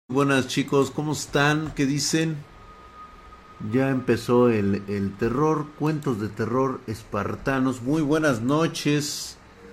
Buenas chicos, ¿cómo están? ¿Qué dicen? Ya empezó el terror, cuentos de terror espartanos. Muy buenas noches.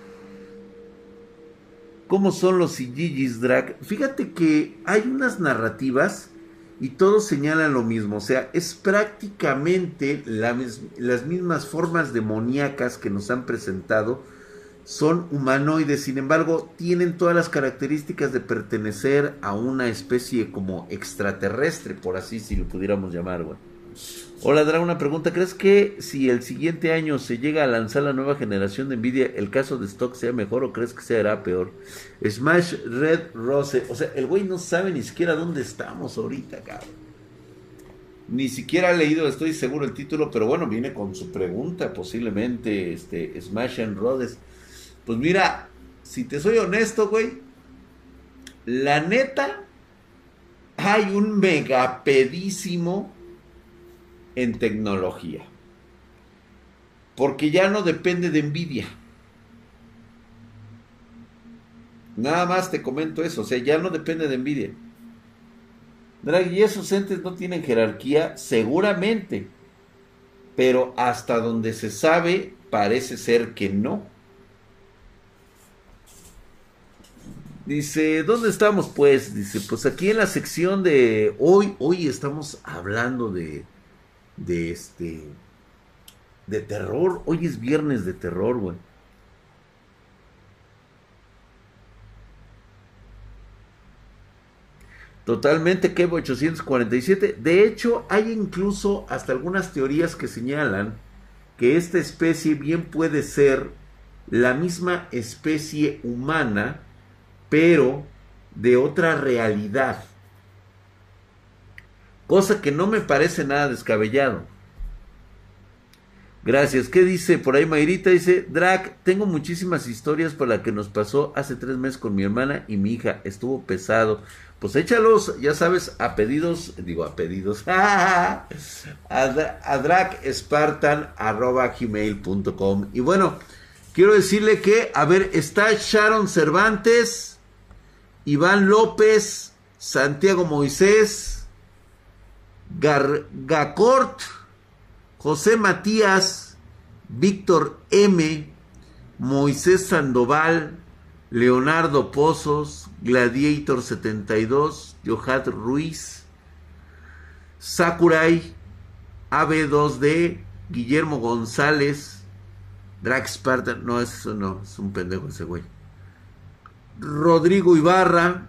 ¿Cómo son los Igigis, Drag? Fíjate que hay unas narrativas y todos señalan lo mismo. O sea, es prácticamente las mismas formas demoníacas que nos han presentado. Son humanoides, sin embargo, tienen todas las características de pertenecer a una especie como extraterrestre, por así si lo pudiéramos llamar, güey. Hola, Dra, una pregunta. ¿Crees que si el siguiente año se llega a lanzar la nueva generación de Nvidia, el caso de stock sea mejor o crees que será peor? Smash Red Rose. O sea, el güey no sabe ni siquiera dónde estamos ahorita, cabrón. Ni siquiera ha leído, estoy seguro, el título, pero bueno, viene con su pregunta, posiblemente, Smash and Rhodes. Pues mira, si te soy honesto, güey, la neta, hay un megapedísimo en tecnología. Porque ya no depende de Nvidia. Nada más te comento eso, o sea, ya no depende de Nvidia. Drag, ¿y esos entes no tienen jerarquía? Seguramente. Pero hasta donde se sabe, parece ser que no. Dice, ¿dónde estamos pues? Dice, pues aquí en la sección de hoy estamos hablando de de terror. Hoy es viernes de terror, güey. Totalmente, Kevo 847. De hecho, hay incluso hasta algunas teorías que señalan que esta especie bien puede ser la misma especie humana, pero de otra realidad. Cosa que no me parece nada descabellado. Gracias. ¿Qué dice por ahí Mayrita? Dice, Drac, tengo muchísimas historias por la que nos pasó hace 3 meses con mi hermana y mi hija. Estuvo pesado. Pues échalos, ya sabes, a pedidos, digo a pedidos, a dracspartan@gmail.com. Y bueno, quiero decirle que, a ver, está Sharon Cervantes, Iván López, Santiago Moisés, Gacort, José Matías, Víctor M, Moisés Sandoval, Leonardo Pozos, Gladiator 72, Yohat Ruiz, Sakurai, AB2D, Guillermo González, Drag Spartan, no, eso no, es un pendejo ese güey. Rodrigo Ibarra,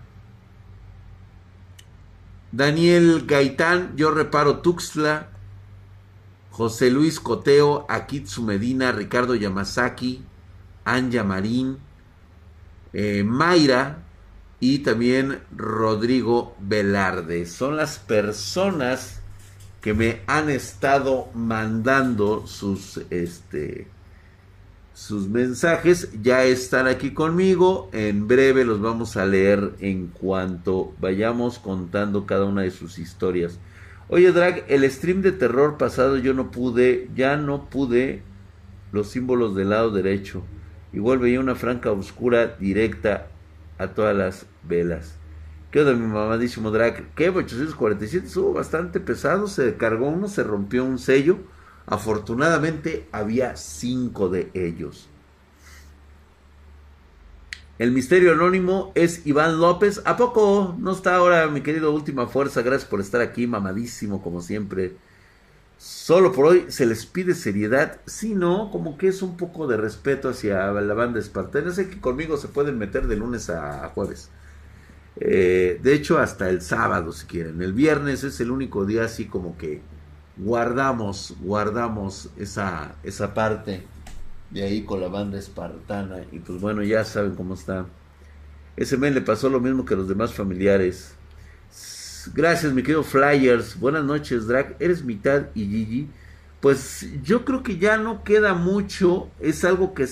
Daniel Gaitán, Yo Reparo Tuxtla, José Luis Coteo, Akitsu Medina, Ricardo Yamazaki, Anja Marín, Mayra y también Rodrigo Velarde. Son las personas que me han estado mandando sus mensajes. Ya están aquí conmigo. En breve los vamos a leer en cuanto vayamos contando cada una de sus historias. Oye, Drag, el stream de terror pasado ya no pude los símbolos del lado derecho. Igual veía una franca oscura directa a todas las velas. ¿Qué onda, mi mamadísimo Drag? ¿Qué? 847 estuvo bastante pesado. Se cargó uno, se rompió un sello. Afortunadamente había 5 de ellos. El misterio anónimo es Iván López. ¿A poco no está ahora, mi querido Última Fuerza? Gracias por estar aquí, mamadísimo, como siempre. Solo por hoy se les pide seriedad, si no, como que es un poco de respeto hacia la banda espartana. Sé que conmigo se pueden meter de lunes a jueves. De hecho, hasta el sábado si quieren. El viernes es el único día así como que guardamos esa parte de ahí con la banda espartana. Y pues bueno, ya saben cómo está. Ese men le pasó lo mismo que a los demás familiares. Gracias, mi querido Flyers. Buenas noches, Drag. ¿Eres mitad y Gigi? Pues yo creo que ya no queda mucho. Es algo que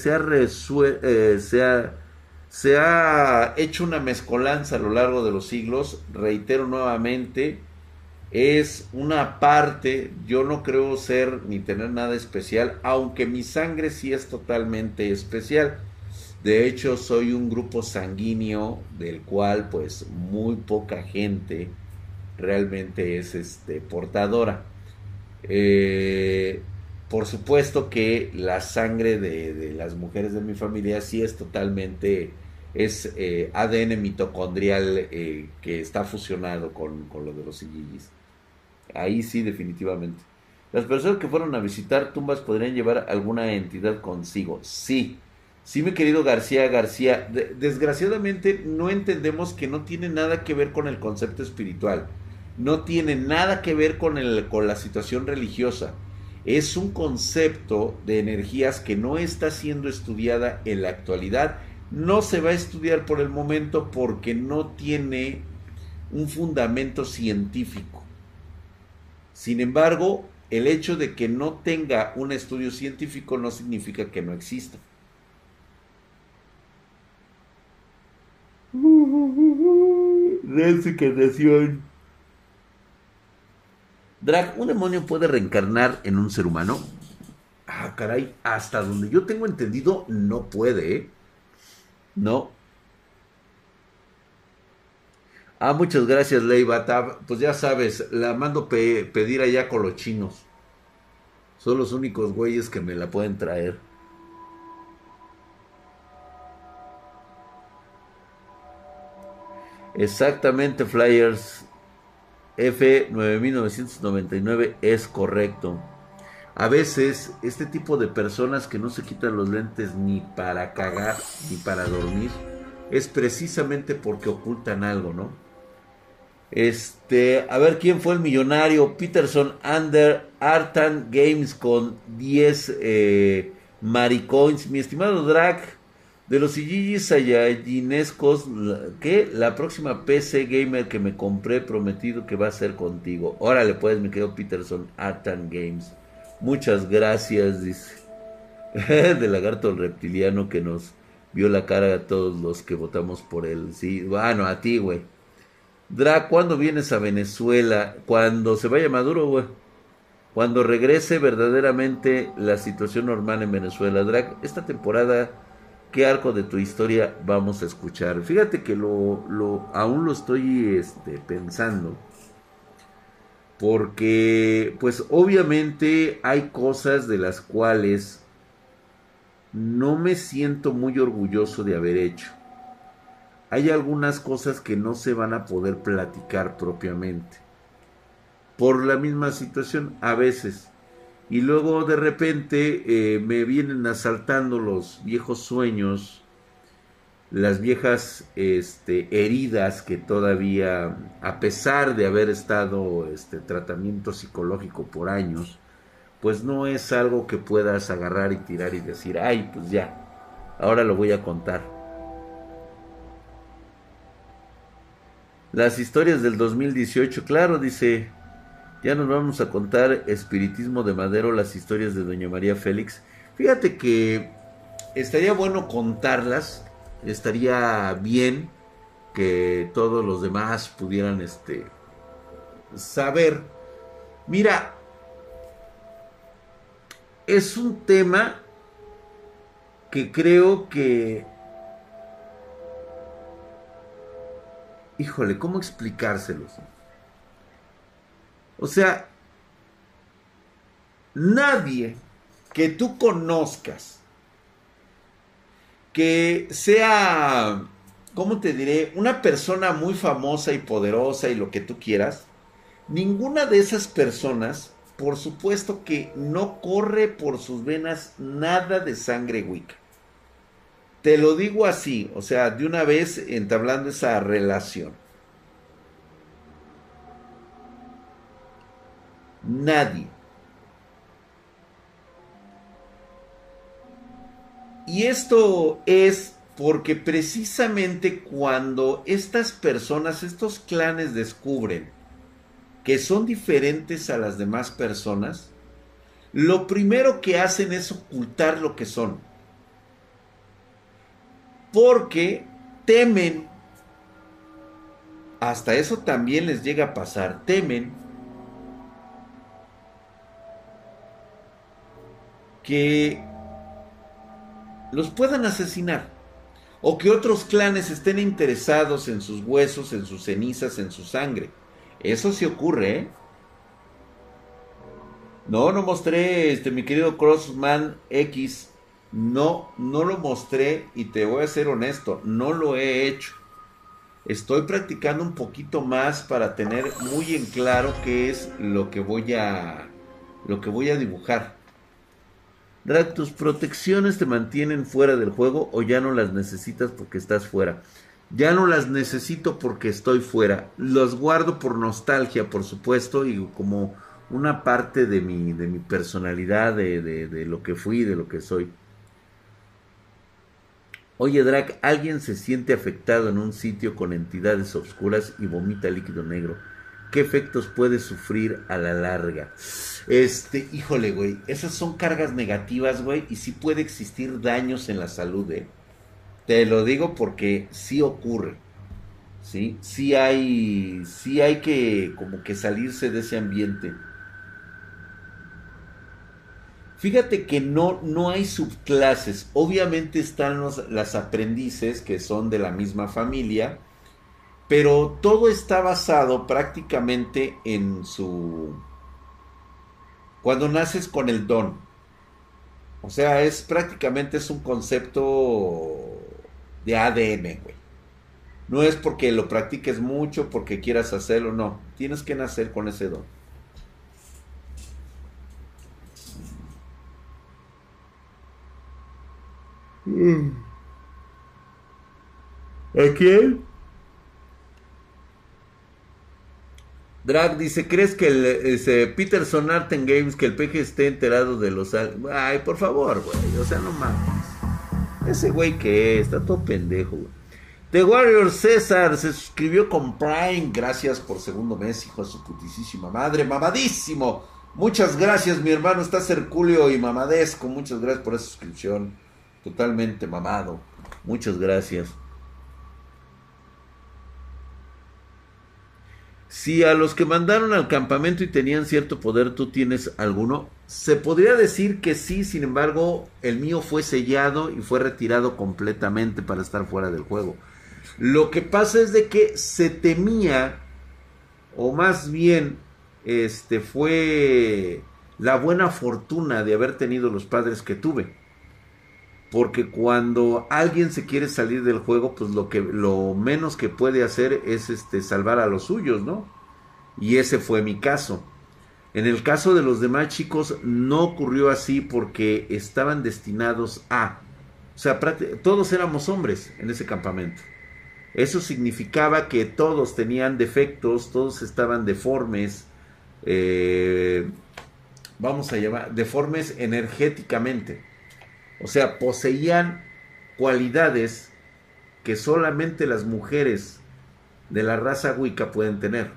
se ha hecho una mezcolanza a lo largo de los siglos. Reitero nuevamente, es una parte. Yo no creo ser ni tener nada especial, aunque mi sangre sí es totalmente especial. De hecho, soy un grupo sanguíneo del cual pues muy poca gente realmente es portadora. Eh, por supuesto que la sangre de las mujeres de mi familia sí es totalmente, es ADN mitocondrial que está fusionado con lo de los IgGs. Ahí sí, definitivamente. Las personas que fueron a visitar tumbas podrían llevar alguna entidad consigo. Sí, sí, mi querido García García. Desgraciadamente no entendemos que no tiene nada que ver con el concepto espiritual. No tiene nada que ver con la situación religiosa. Es un concepto de energías que no está siendo estudiada en la actualidad. No se va a estudiar por el momento porque no tiene un fundamento científico. Sin embargo, el hecho de que no tenga un estudio científico no significa que no exista. Reencarnación. Drag, ¿un demonio puede reencarnar en un ser humano? Ah, caray, hasta donde yo tengo entendido, no puede, ¿eh? No. Ah, muchas gracias, Leiva. Pues ya sabes, la mando pedir allá con los chinos. Son los únicos güeyes que me la pueden traer. Exactamente, Flyers. F9999 es correcto. A veces, este tipo de personas que no se quitan los lentes ni para cagar ni para dormir, es precisamente porque ocultan algo, ¿no? A ver quién fue el millonario. Peterson Under Artan Games con 10 maricoins. Mi estimado Drag, de los Igigis Sayayinescos, ¿qué? La próxima PC gamer que me compré, prometido que va a ser contigo. Órale, pues, me quedo Peterson Artan Games. Muchas gracias, dice. De lagarto reptiliano que nos vio la cara a todos los que votamos por él. Sí, bueno, a ti, güey. Dra, ¿cuándo vienes a Venezuela? Cuando se vaya Maduro, güey. Cuando regrese verdaderamente la situación normal en Venezuela. Drag, esta temporada, ¿qué arco de tu historia vamos a escuchar? Fíjate que aún lo estoy pensando. Porque, pues obviamente hay cosas de las cuales no me siento muy orgulloso de haber hecho. Hay algunas cosas que no se van a poder platicar propiamente por la misma situación a veces. Y luego de repente me vienen asaltando los viejos sueños, las viejas heridas que todavía, a pesar de haber estado tratamiento psicológico por años, pues no es algo que puedas agarrar y tirar y decir, ay, pues ya, ahora lo voy a contar. Las historias del 2018, claro, dice, ya nos vamos a contar Espiritismo de Madero, las historias de Doña María Félix. Fíjate que estaría bueno contarlas, estaría bien que todos los demás pudieran saber. Mira, es un tema que creo que, híjole, ¿cómo explicárselos? O sea, nadie que tú conozcas que sea, ¿cómo te diré? Una persona muy famosa y poderosa y lo que tú quieras, ninguna de esas personas, por supuesto que no corre por sus venas nada de sangre Wicca. Te lo digo así, o sea, de una vez entablando esa relación. Nadie. Y esto es porque precisamente cuando estas personas, estos clanes descubren que son diferentes a las demás personas, lo primero que hacen es ocultar lo que son. Porque temen, hasta eso también les llega a pasar, temen que los puedan asesinar. O que otros clanes estén interesados en sus huesos, en sus cenizas, en su sangre. Eso sí ocurre, ¿eh? No, no mostré, mi querido Crossman X. No, no lo mostré y te voy a ser honesto, no lo he hecho. Estoy practicando un poquito más para tener muy en claro qué es lo que voy a dibujar. Drag, ¿tus protecciones te mantienen fuera del juego o ya no las necesitas porque estás fuera? Ya no las necesito porque estoy fuera. Los guardo por nostalgia, por supuesto, y como una parte de mi personalidad, de lo que fui, de lo que soy. Oye, Drac, ¿alguien se siente afectado en un sitio con entidades oscuras y vomita líquido negro? ¿Qué efectos puede sufrir a la larga? Híjole, güey, esas son cargas negativas, güey, y sí puede existir daños en la salud, eh. Te lo digo porque sí ocurre, ¿sí? Sí hay que como que salirse de ese ambiente. Fíjate que no, no hay subclases. Obviamente están las aprendices que son de la misma familia, pero todo está basado prácticamente en su... Cuando naces con el don. O sea, es prácticamente es un concepto de ADN, güey. No es porque lo practiques mucho, porque quieras hacerlo, no. Tienes que nacer con ese don. ¿A quién? Drag dice, ¿crees que Peterson Art and Games, que el peje esté enterado de los... Ay, por favor, güey, o sea, no mames. Ese güey que está todo pendejo, güey. The Warrior César se suscribió con Prime. Gracias por segundo mes, hijo de su putísima madre. Mamadísimo. Muchas gracias, mi hermano. Estás Herculeo y mamadesco. Muchas gracias por esa suscripción. Totalmente mamado. Muchas gracias. Si a los que mandaron al campamento y tenían cierto poder, ¿tú tienes alguno? Se podría decir que sí, sin embargo, el mío fue sellado y fue retirado completamente para estar fuera del juego. Lo que pasa es de que se temía, o más bien, fue la buena fortuna de haber tenido los padres que tuve. Porque cuando alguien se quiere salir del juego, pues lo menos que puede hacer es salvar a los suyos, ¿no? Y ese fue mi caso. En el caso de los demás chicos no ocurrió así porque estaban destinados a... O sea, todos éramos hombres en ese campamento. Eso significaba que todos tenían defectos, todos estaban deformes, vamos a llamar, deformes energéticamente. O sea, poseían cualidades que solamente las mujeres de la raza Wicca pueden tener.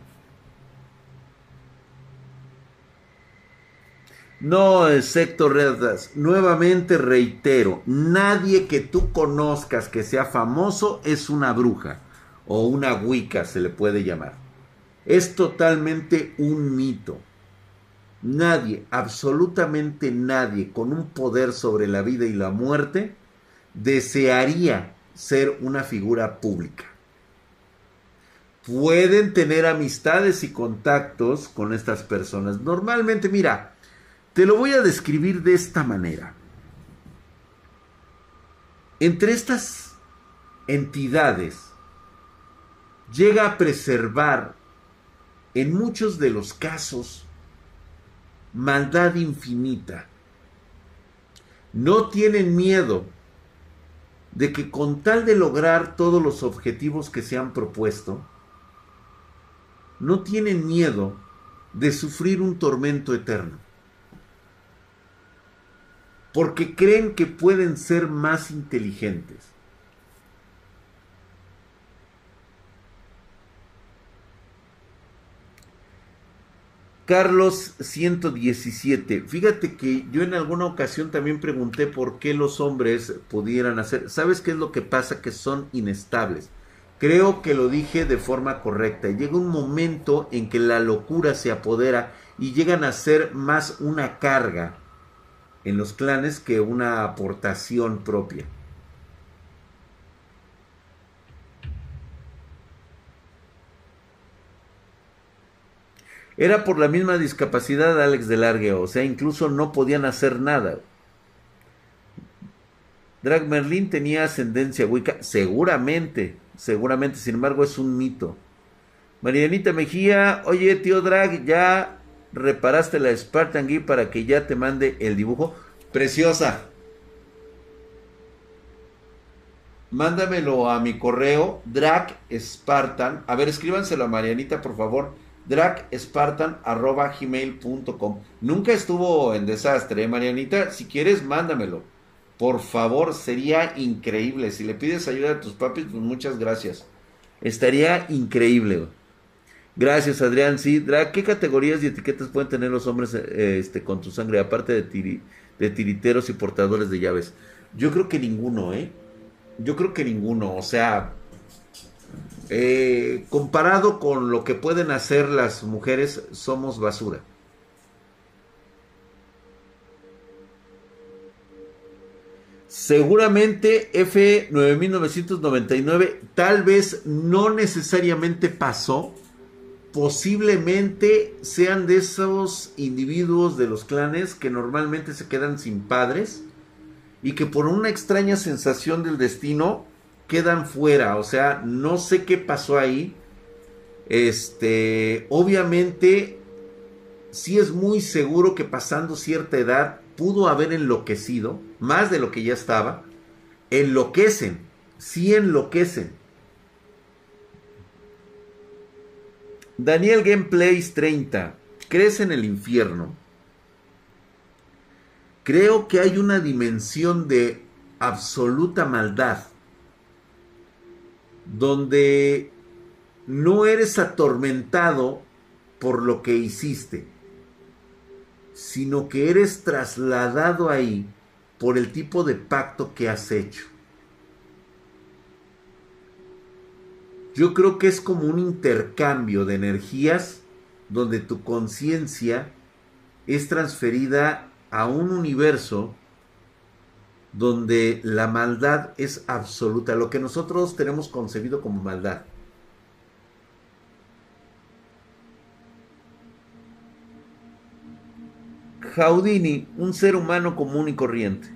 No, Sector Redas, nuevamente reitero, nadie que tú conozcas que sea famoso es una bruja o una Wicca se le puede llamar. Es totalmente un mito. Nadie, absolutamente nadie con un poder sobre la vida y la muerte desearía ser una figura pública. Pueden tener amistades y contactos con estas personas. Normalmente, mira, te lo voy a describir de esta manera. Entre estas entidades llega a preservar en muchos de los casos maldad infinita. No tienen miedo de que con tal de lograr todos los objetivos que se han propuesto, no tienen miedo de sufrir un tormento eterno. Porque creen que pueden ser más inteligentes. Carlos 117. Fíjate que yo en alguna ocasión también pregunté por qué los hombres pudieran hacer. ¿Sabes qué es lo que pasa? Que son inestables. Creo que lo dije de forma correcta. Llega un momento en que la locura se apodera y llegan a ser más una carga en los clanes que una aportación propia. Era por la misma discapacidad de Alex de Largue, o sea, incluso no podían hacer nada. Drag Merlin tenía ascendencia Wicca, seguramente, seguramente, sin embargo es un mito. Marianita Mejía, oye tío Drag, ¿ya reparaste la Spartan Gear para que ya te mande el dibujo? Preciosa. Mándamelo a mi correo, Drag Spartan. A ver, escríbanselo a Marianita, por favor. dragspartan@gmail.com. Nunca estuvo en desastre, ¿eh, Marianita? Si quieres, mándamelo. Por favor, sería increíble. Si le pides ayuda a tus papis, pues muchas gracias. Estaría increíble. Gracias, Adrián. Sí, Drag, ¿qué categorías y etiquetas pueden tener los hombres con tu sangre, aparte de tiriteros y portadores de llaves? Yo creo que ninguno, ¿eh? Yo creo que ninguno. O sea, comparado con lo que pueden hacer las mujeres, somos basura. Seguramente F9999 tal vez no necesariamente pasó. Posiblemente sean de esos individuos de los clanes que normalmente se quedan sin padres y que por una extraña sensación del destino quedan fuera. O sea, no sé qué pasó ahí. Obviamente sí es muy seguro que pasando cierta edad pudo haber enloquecido, más de lo que ya estaba. Enloquecen, sí enloquecen. Daniel Gameplays 30, ¿crees en el infierno? Creo que hay una dimensión de absoluta maldad donde no eres atormentado por lo que hiciste, sino que eres trasladado ahí por el tipo de pacto que has hecho. Yo creo que es como un intercambio de energías donde tu conciencia es transferida a un universo donde la maldad es absoluta, lo que nosotros tenemos concebido como maldad. Houdini, un ser humano común y corriente.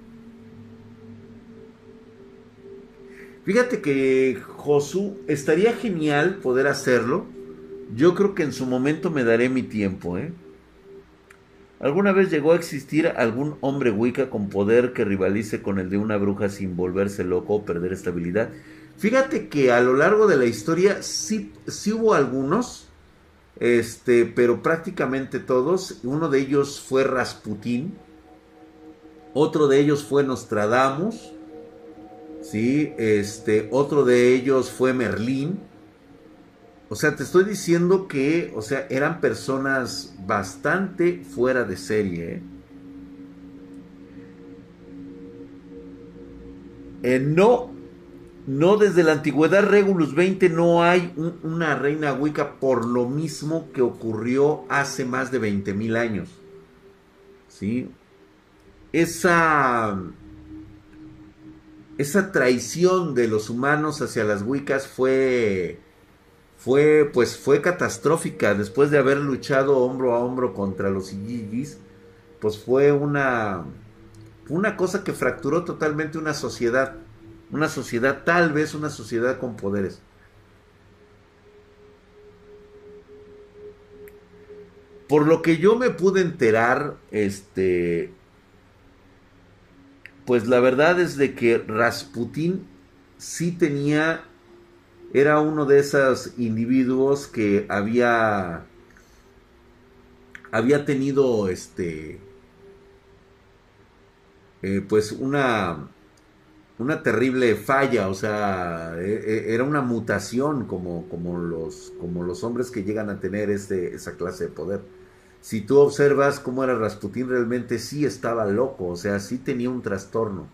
Fíjate que Josu, estaría genial poder hacerlo. Yo creo que en su momento me daré mi tiempo, ¿eh? ¿Alguna vez llegó a existir algún hombre Wicca con poder que rivalice con el de una bruja sin volverse loco o perder estabilidad? Fíjate que a lo largo de la historia sí, sí hubo algunos, pero prácticamente todos. Uno de ellos fue Rasputín, otro de ellos fue Nostradamus, ¿sí? Otro de ellos fue Merlín. O sea, te estoy diciendo que, o sea, eran personas bastante fuera de serie, ¿eh? No, no, desde la antigüedad Regulus 20 no hay una reina Wicca por lo mismo que ocurrió hace más de 20,000 años, ¿sí? Esa traición de los humanos hacia las Wiccas fue catastrófica. Después de haber luchado hombro a hombro contra los Igigis, pues fue una cosa que fracturó totalmente una sociedad, tal vez una sociedad con poderes. Por lo que yo me pude enterar, pues la verdad es de que Rasputín sí era uno de esos individuos que había tenido, pues una terrible falla. O sea, era una mutación como los hombres que llegan a tener esa clase de poder. Si tú observas cómo era Rasputín, realmente sí estaba loco, o sea, sí tenía un trastorno.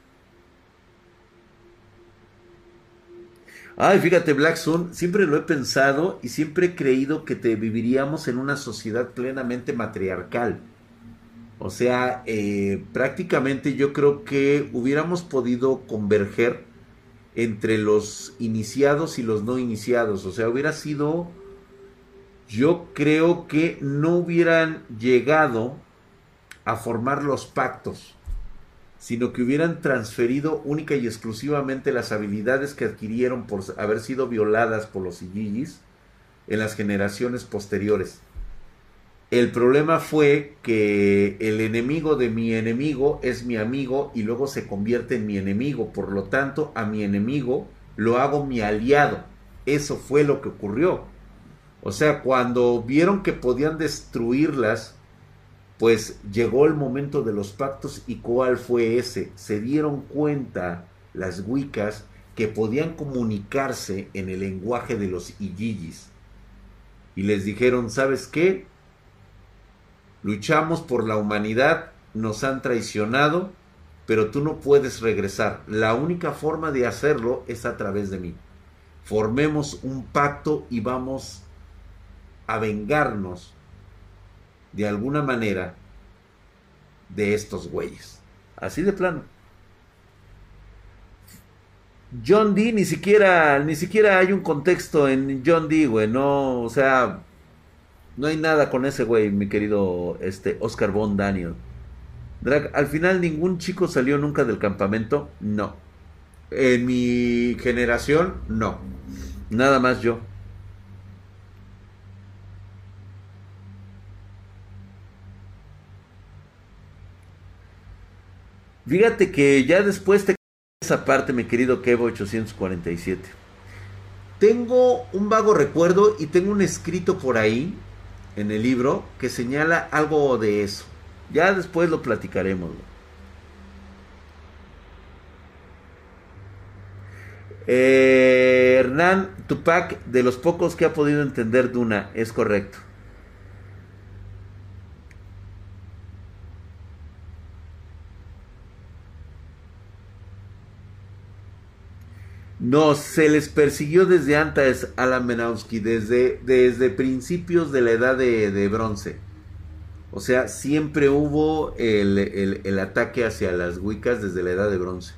Ay, fíjate, Black Sun, siempre lo he pensado y siempre he creído que viviríamos en una sociedad plenamente matriarcal. O sea, prácticamente yo creo que hubiéramos podido converger entre los iniciados y los no iniciados. O sea, hubiera sido Yo creo que no hubieran llegado a formar los pactos, sino que hubieran transferido única y exclusivamente las habilidades que adquirieron por haber sido violadas por los Igigis en las generaciones posteriores. El problema fue que el enemigo de mi enemigo es mi amigo y luego se convierte en mi enemigo. Por lo tanto, a mi enemigo lo hago mi aliado. Eso fue lo que ocurrió. O sea, cuando vieron que podían destruirlas, pues llegó el momento de los pactos. ¿Y cuál fue ese? Se dieron cuenta las Wiccas que podían comunicarse en el lenguaje de los Igigis. Y les dijeron, ¿sabes qué? Luchamos por la humanidad, nos han traicionado, pero tú no puedes regresar. La única forma de hacerlo es a través de mí. Formemos un pacto y vamos a vengarnos de alguna manera de estos güeyes. Así de plano. John Dee ni siquiera hay un contexto en John Dee, güey, no, o sea, no hay nada con ese güey, mi querido Oscar Von Daniel. Drag, al final ningún chico salió nunca del campamento, no. En mi generación, no. Nada más yo. Fíjate que ya después te esa parte, mi querido Kevo 847. Tengo un vago recuerdo y tengo un escrito por ahí en el libro que señala algo de eso. Ya después lo platicaremos. Hernán Tupac, de los pocos que ha podido entender Duna, es correcto. No, se les persiguió desde antes, Alan Menowski, desde principios de la edad de bronce. O sea, siempre hubo el ataque hacia las Wiccas desde la edad de bronce.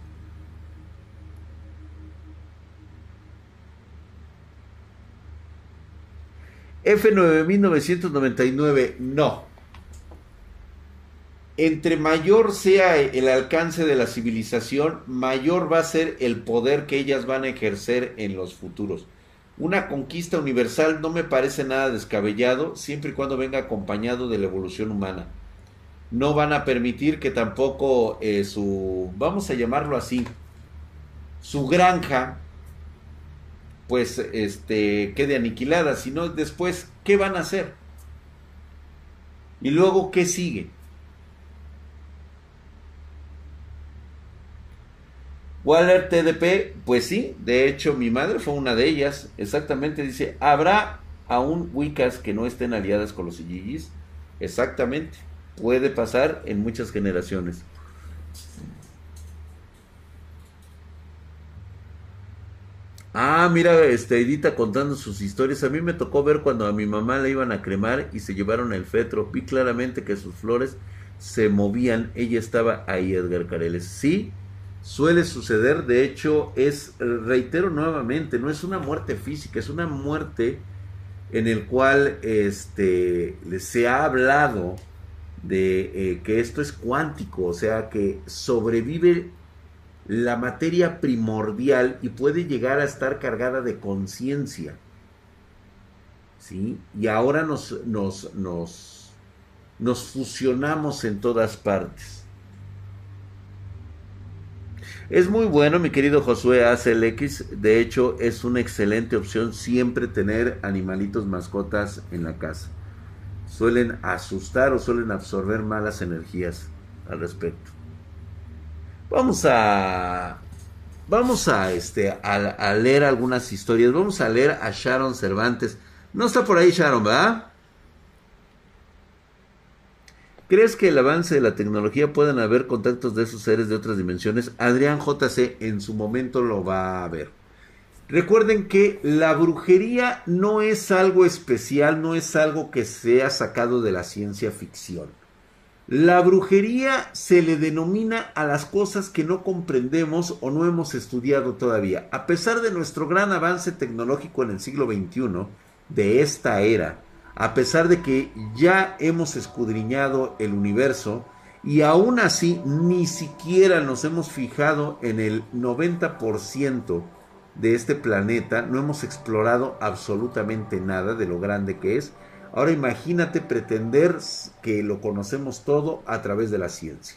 F9999, no. Entre mayor sea el alcance de la civilización, mayor va a ser el poder que ellas van a ejercer en los futuros. Una conquista universal no me parece nada descabellado, siempre y cuando venga acompañado de la evolución humana. No van a permitir que tampoco vamos a llamarlo así, su granja, pues, quede aniquilada, sino después, ¿qué van a hacer? Y luego, ¿qué sigue? Waller TDP, pues sí, de hecho mi madre fue una de ellas, exactamente, dice, ¿habrá aún Wiccas que no estén aliadas con los Igigis? Exactamente, puede pasar en muchas generaciones. Ah, mira, Edita contando sus historias. A mí me tocó ver cuando a mi mamá la iban a cremar y se llevaron el féretro. Vi claramente que sus flores se movían. Ella estaba ahí, Edgar Careles. Sí, suele suceder. De hecho, reitero nuevamente, no es una muerte física, es una muerte en el cual se ha hablado de que esto es cuántico, o sea, que sobrevive la materia primordial y puede llegar a estar cargada de conciencia, ¿sí? Y ahora nos fusionamos en todas partes. Es muy bueno, mi querido Josué ACLX. De hecho, es una excelente opción siempre tener animalitos mascotas en la casa. Suelen asustar o suelen absorber malas energías al respecto. Vamos a leer algunas historias. Vamos a leer a Sharon Cervantes. No está por ahí Sharon, ¿verdad? ¿Crees que el avance de la tecnología puedan haber contactos de esos seres de otras dimensiones? Adrián JC en su momento lo va a ver. Recuerden que la brujería no es algo especial, no es algo que sea sacado de la ciencia ficción. La brujería se le denomina a las cosas que no comprendemos o no hemos estudiado todavía. A pesar de nuestro gran avance tecnológico en el siglo XXI, de esta era, a pesar de que ya hemos escudriñado el universo y aún así ni siquiera nos hemos fijado en el 90% de este planeta, no hemos explorado absolutamente nada de lo grande que es. Ahora imagínate pretender que lo conocemos todo a través de la ciencia.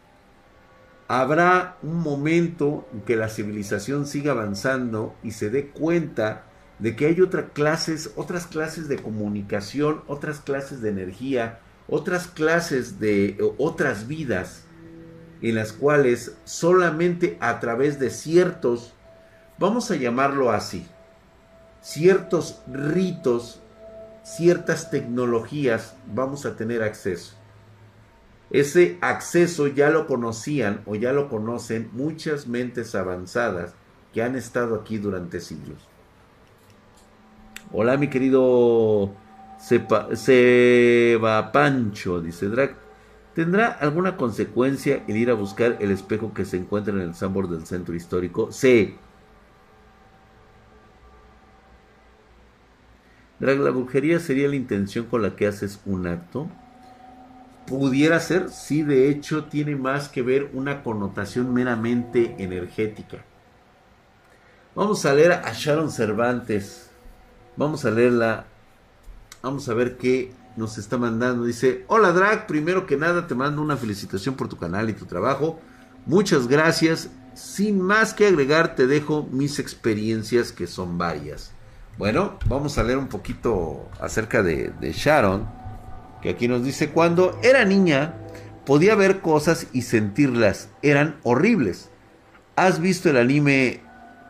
Habrá un momento en que la civilización siga avanzando y se dé cuenta de que hay otras clases de comunicación, otras clases de energía, otras clases de otras vidas en las cuales solamente a través de ciertos, vamos a llamarlo así, ciertos ritos, ciertas tecnologías vamos a tener acceso. Ese acceso ya lo conocían o ya lo conocen muchas mentes avanzadas que han estado aquí durante siglos. Hola mi querido Seba Pancho, dice Drag. ¿Tendrá alguna consecuencia el ir a buscar el espejo que se encuentra en el Sambor del centro histórico? Sí. Drag, ¿la brujería sería la intención con la que haces un acto? Pudiera ser, sí, de hecho tiene más que ver una connotación meramente energética. Vamos a leer a Sharon Cervantes. Vamos a leerla. Vamos a ver qué nos está mandando. Dice: hola Drag, primero que nada te mando una felicitación por tu canal y tu trabajo. Muchas gracias. Sin más que agregar, te dejo mis experiencias, que son varias. Bueno, vamos a leer un poquito acerca de Sharon, que aquí nos dice: cuando era niña podía ver cosas y sentirlas, eran horribles. ¿Has visto el anime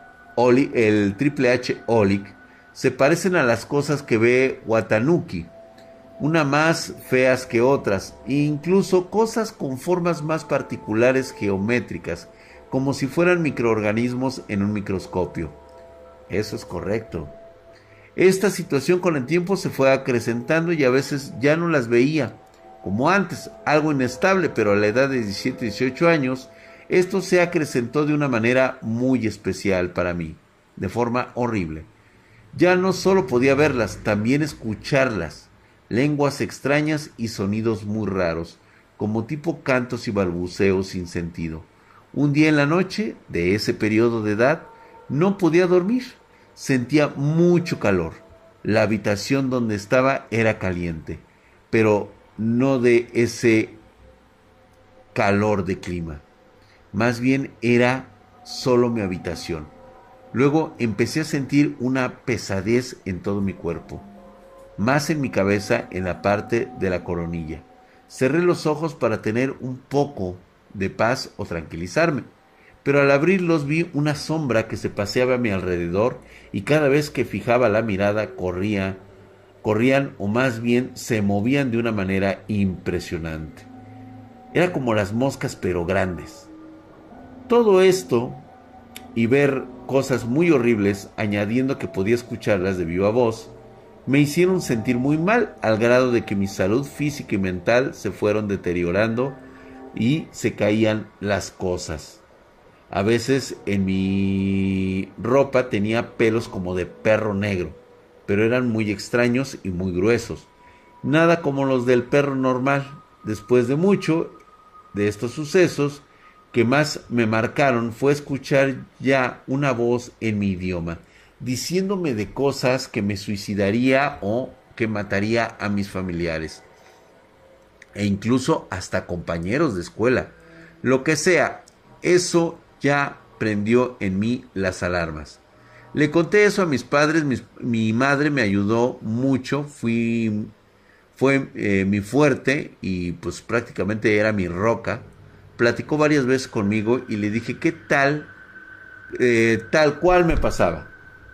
el Triple H Olic? Se parecen a las cosas que ve Watanuki, una más feas que otras, e incluso cosas con formas más particulares geométricas, como si fueran microorganismos en un microscopio. Eso es correcto. Esta situación con el tiempo se fue acrecentando y a veces ya no las veía como antes, algo inestable, pero a la edad de 17, 18 años, esto se acrecentó de una manera muy especial para mí, de forma horrible. Ya no solo podía verlas, también escucharlas, lenguas extrañas y sonidos muy raros, como tipo cantos y balbuceos sin sentido. Un día en la noche, de ese periodo de edad, no podía dormir. Sentía mucho calor. La habitación donde estaba era caliente, pero no de ese calor de clima. Más bien era solo mi habitación. Luego empecé a sentir una pesadez en todo mi cuerpo, más en mi cabeza, en la parte de la coronilla. Cerré los ojos para tener un poco de paz o tranquilizarme, pero al abrirlos vi una sombra que se paseaba a mi alrededor y cada vez que fijaba la mirada corrían o más bien se movían de una manera impresionante. Era como las moscas pero grandes. Todo esto y ver cosas muy horribles, añadiendo que podía escucharlas de viva voz, me hicieron sentir muy mal, al grado de que mi salud física y mental se fueron deteriorando y se caían las cosas. A veces en mi ropa tenía pelos como de perro negro, pero eran muy extraños y muy gruesos, nada como los del perro normal. Después de mucho de estos sucesos, que más me marcaron fue escuchar ya una voz en mi idioma, diciéndome de cosas que me suicidaría o que mataría a mis familiares, e incluso hasta compañeros de escuela. Lo que sea, eso ya prendió en mí las alarmas. Le conté eso a mis padres, mi madre me ayudó mucho, fue mi fuerte y pues prácticamente era mi roca. Platicó varias veces conmigo y le dije qué tal, tal cual me pasaba.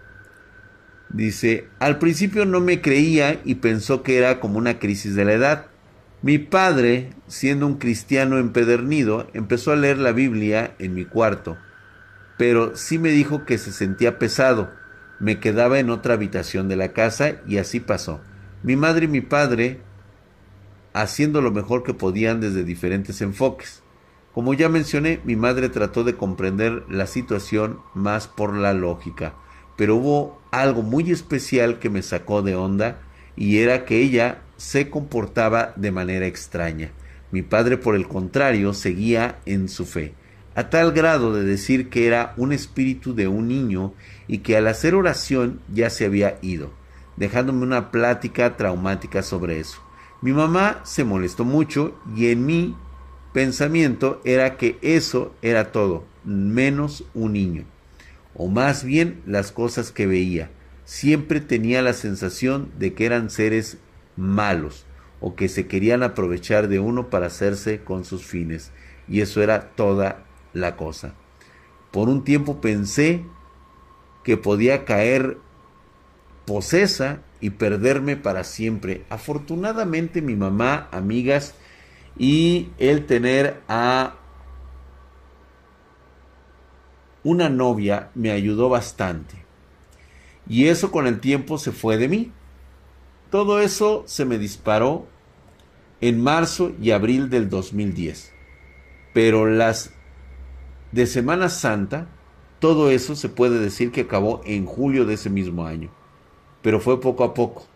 Dice: al principio no me creía y pensó que era como una crisis de la edad. Mi padre, siendo un cristiano empedernido, empezó a leer la Biblia en mi cuarto, pero sí me dijo que se sentía pesado. Me quedaba en otra habitación de la casa y así pasó. Mi madre y mi padre haciendo lo mejor que podían desde diferentes enfoques. Como ya mencioné, mi madre trató de comprender la situación más por la lógica, pero hubo algo muy especial que me sacó de onda y era que ella se comportaba de manera extraña. Mi padre, por el contrario, seguía en su fe, a tal grado de decir que era un espíritu de un niño y que al hacer oración ya se había ido, dejándome una plática traumática sobre eso. Mi mamá se molestó mucho y en mi pensamiento era que eso era todo, menos un niño, o más bien las cosas que veía. Siempre tenía la sensación de que eran seres malos o que se querían aprovechar de uno para hacerse con sus fines, y eso era toda la cosa. Por un tiempo pensé que podía caer posesa y perderme para siempre. Afortunadamente mi mamá, amigas y el tener a una novia me ayudó bastante. Y eso con el tiempo se fue de mí. Todo eso se me disparó en marzo y abril del 2010. Pero las de Semana Santa, todo eso se puede decir que acabó en julio de ese mismo año. Pero fue poco a poco.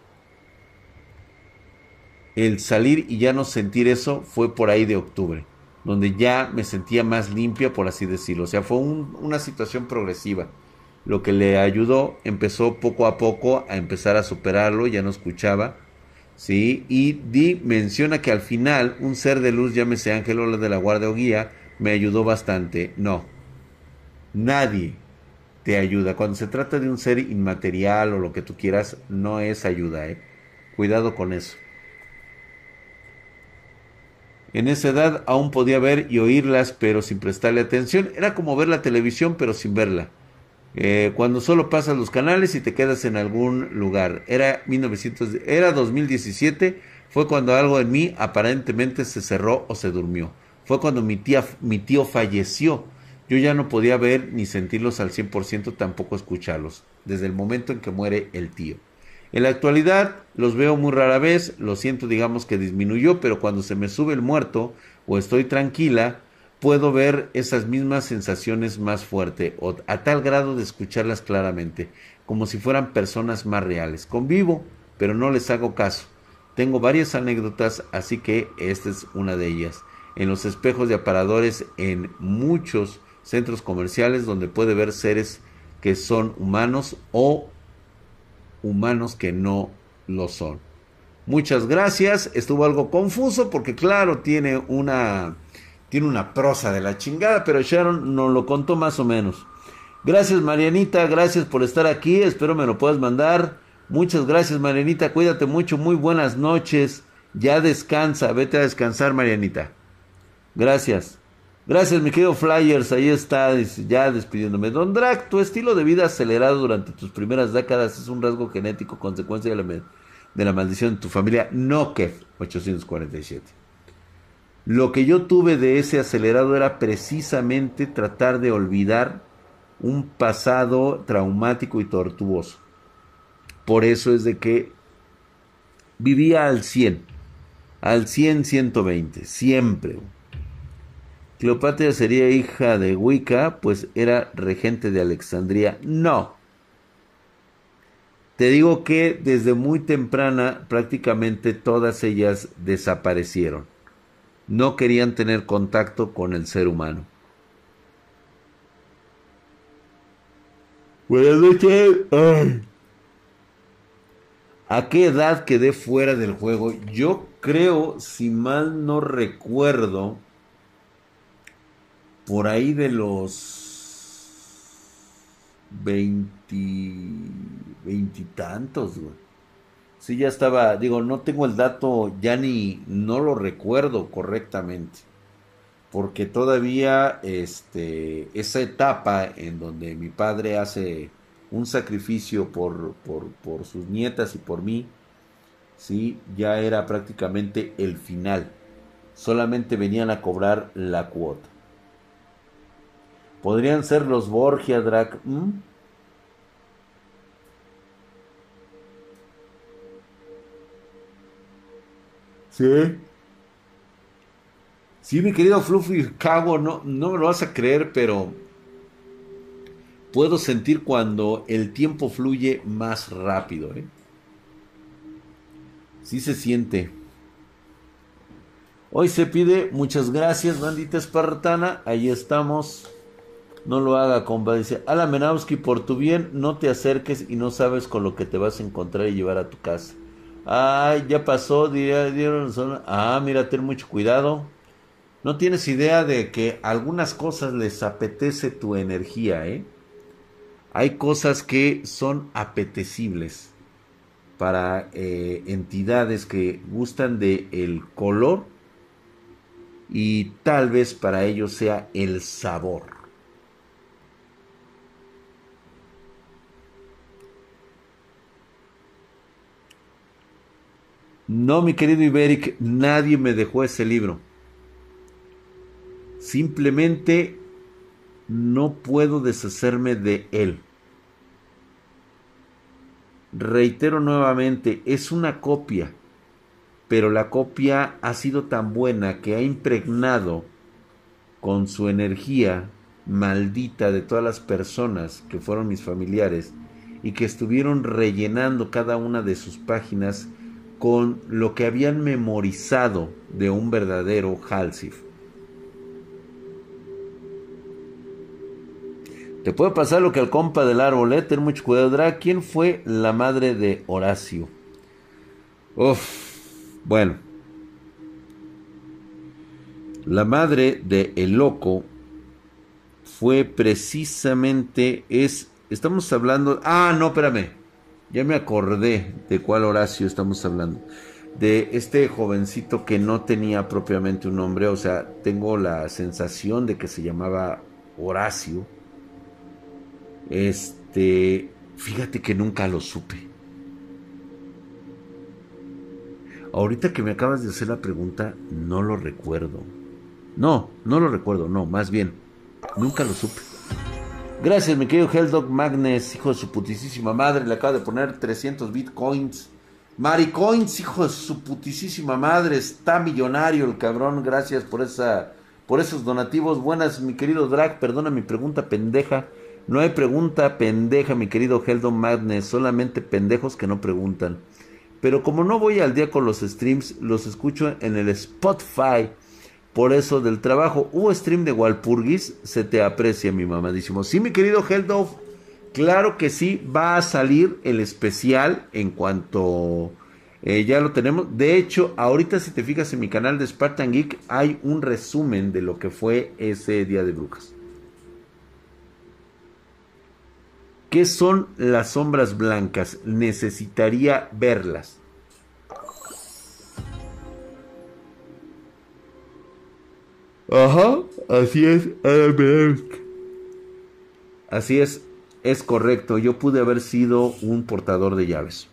El salir y ya no sentir eso fue por ahí de octubre, donde ya me sentía más limpia, por así decirlo. O sea, fue una situación progresiva. Lo que le ayudó, empezó poco a poco a empezar a superarlo, ya no escuchaba, ¿sí? Y menciona que al final un ser de luz, llámese ángel o de la guardia o guía, me ayudó bastante. No, nadie te ayuda. Cuando se trata de un ser inmaterial o lo que tú quieras, no es ayuda, ¿eh? Cuidado con eso. En esa edad aún podía ver y oírlas, pero sin prestarle atención. Era como ver la televisión, pero sin verla. Cuando solo pasas los canales y te quedas en algún lugar. Era 2017, fue cuando algo en mí aparentemente se cerró o se durmió. Fue cuando mi tío falleció. Yo ya no podía ver ni sentirlos al 100%, tampoco escucharlos, desde el momento en que muere el tío. En la actualidad los veo muy rara vez, lo siento, digamos que disminuyó, pero cuando se me sube el muerto o estoy tranquila, puedo ver esas mismas sensaciones más fuerte, o a tal grado de escucharlas claramente, como si fueran personas más reales. Convivo, pero no les hago caso. Tengo varias anécdotas, así que esta es una de ellas. En los espejos de aparadores en muchos centros comerciales donde puede ver seres que son humanos o humanos que no lo son. Muchas gracias. Estuvo algo confuso porque claro, tiene una prosa de la chingada, pero Sharon nos lo contó más o menos. Gracias, Marianita, gracias por estar aquí. Espero me lo puedas mandar. Muchas gracias, Marianita. Cuídate mucho. Muy buenas noches. Ya descansa. Vete a descansar, Marianita. Gracias. Gracias, mi querido Flyers. Ahí está, ya despidiéndome. Don Drac, tu estilo de vida acelerado durante tus primeras décadas es un rasgo genético, consecuencia de la maldición de tu familia. No, Kev 847. Lo que yo tuve de ese acelerado era precisamente tratar de olvidar un pasado traumático y tortuoso. Por eso es de que vivía al 120, siempre. Cleopatra sería hija de Wicca, pues era regente de Alejandría. No. Te digo que desde muy temprana prácticamente todas ellas desaparecieron. No querían tener contacto con el ser humano. Buenas noches. Ay. ¿A qué edad quedé fuera del juego? Yo creo, si mal no recuerdo, por ahí de los 20 güey. Sí, ya estaba, digo, no tengo el dato, no lo recuerdo correctamente. Porque todavía, esa etapa en donde mi padre hace un sacrificio por sus nietas y por mí, sí, ya era prácticamente el final. Solamente venían a cobrar la cuota. Podrían ser los Borgia, Drac. Sí. Sí, mi querido Fluffy Cago, no me lo vas a creer, pero puedo sentir cuando el tiempo fluye más rápido, ¿eh? Sí se siente. Hoy se pide, muchas gracias, bandita espartana. Ahí estamos. No lo haga, compa. Dice, Alan Menowski, por tu bien, no te acerques y no sabes con lo que te vas a encontrar y llevar a tu casa. Ay, ya pasó, dieron. Ah, mira, ten mucho cuidado. No tienes idea de que algunas cosas les apetece tu energía, ¿eh? Hay cosas que son apetecibles para entidades que gustan de el color y tal vez para ellos sea el sabor. No, mi querido Iberic, nadie me dejó ese libro. Simplemente no puedo deshacerme de él. Reitero nuevamente, es una copia, pero la copia ha sido tan buena que ha impregnado con su energía maldita de todas las personas que fueron mis familiares y que estuvieron rellenando cada una de sus páginas con lo que habían memorizado de un verdadero Halsif. Te puede pasar lo que al compa del árbol, ten mucho cuidado, Drag. ¿Quién fue la madre de Horacio? Bueno. La madre de El Loco fue precisamente, estamos hablando, no, espérame, ya me acordé de cuál Horacio estamos hablando. De este jovencito que no tenía propiamente un nombre, o sea, tengo la sensación de que se llamaba Horacio. Fíjate que nunca lo supe. Ahorita que me acabas de hacer la pregunta, no lo recuerdo. No lo recuerdo, no, más bien, nunca lo supe. Gracias, mi querido Helldog Magnes, hijo de su putisísima madre, le acaba de poner 300 bitcoins. Maricoins, hijo de su putisísima madre, está millonario el cabrón, gracias por esos donativos. Buenas, mi querido Drag, perdona mi pregunta pendeja. No hay pregunta pendeja, mi querido Helldog Magnes, solamente pendejos que no preguntan. Pero como no voy al día con los streams, los escucho en el Spotify. Por eso del trabajo. Hubo stream de Walpurgis. Se te aprecia, mi mamadísimo. Sí, mi querido Helldog. Claro que sí. Va a salir el especial en cuanto ya lo tenemos. De hecho, ahorita si te fijas en mi canal de Spartan Geek, hay un resumen de lo que fue ese Día de Brujas. ¿Qué son las sombras blancas? Necesitaría verlas. Ajá, así es. Así es correcto. Yo pude haber sido un portador de llaves.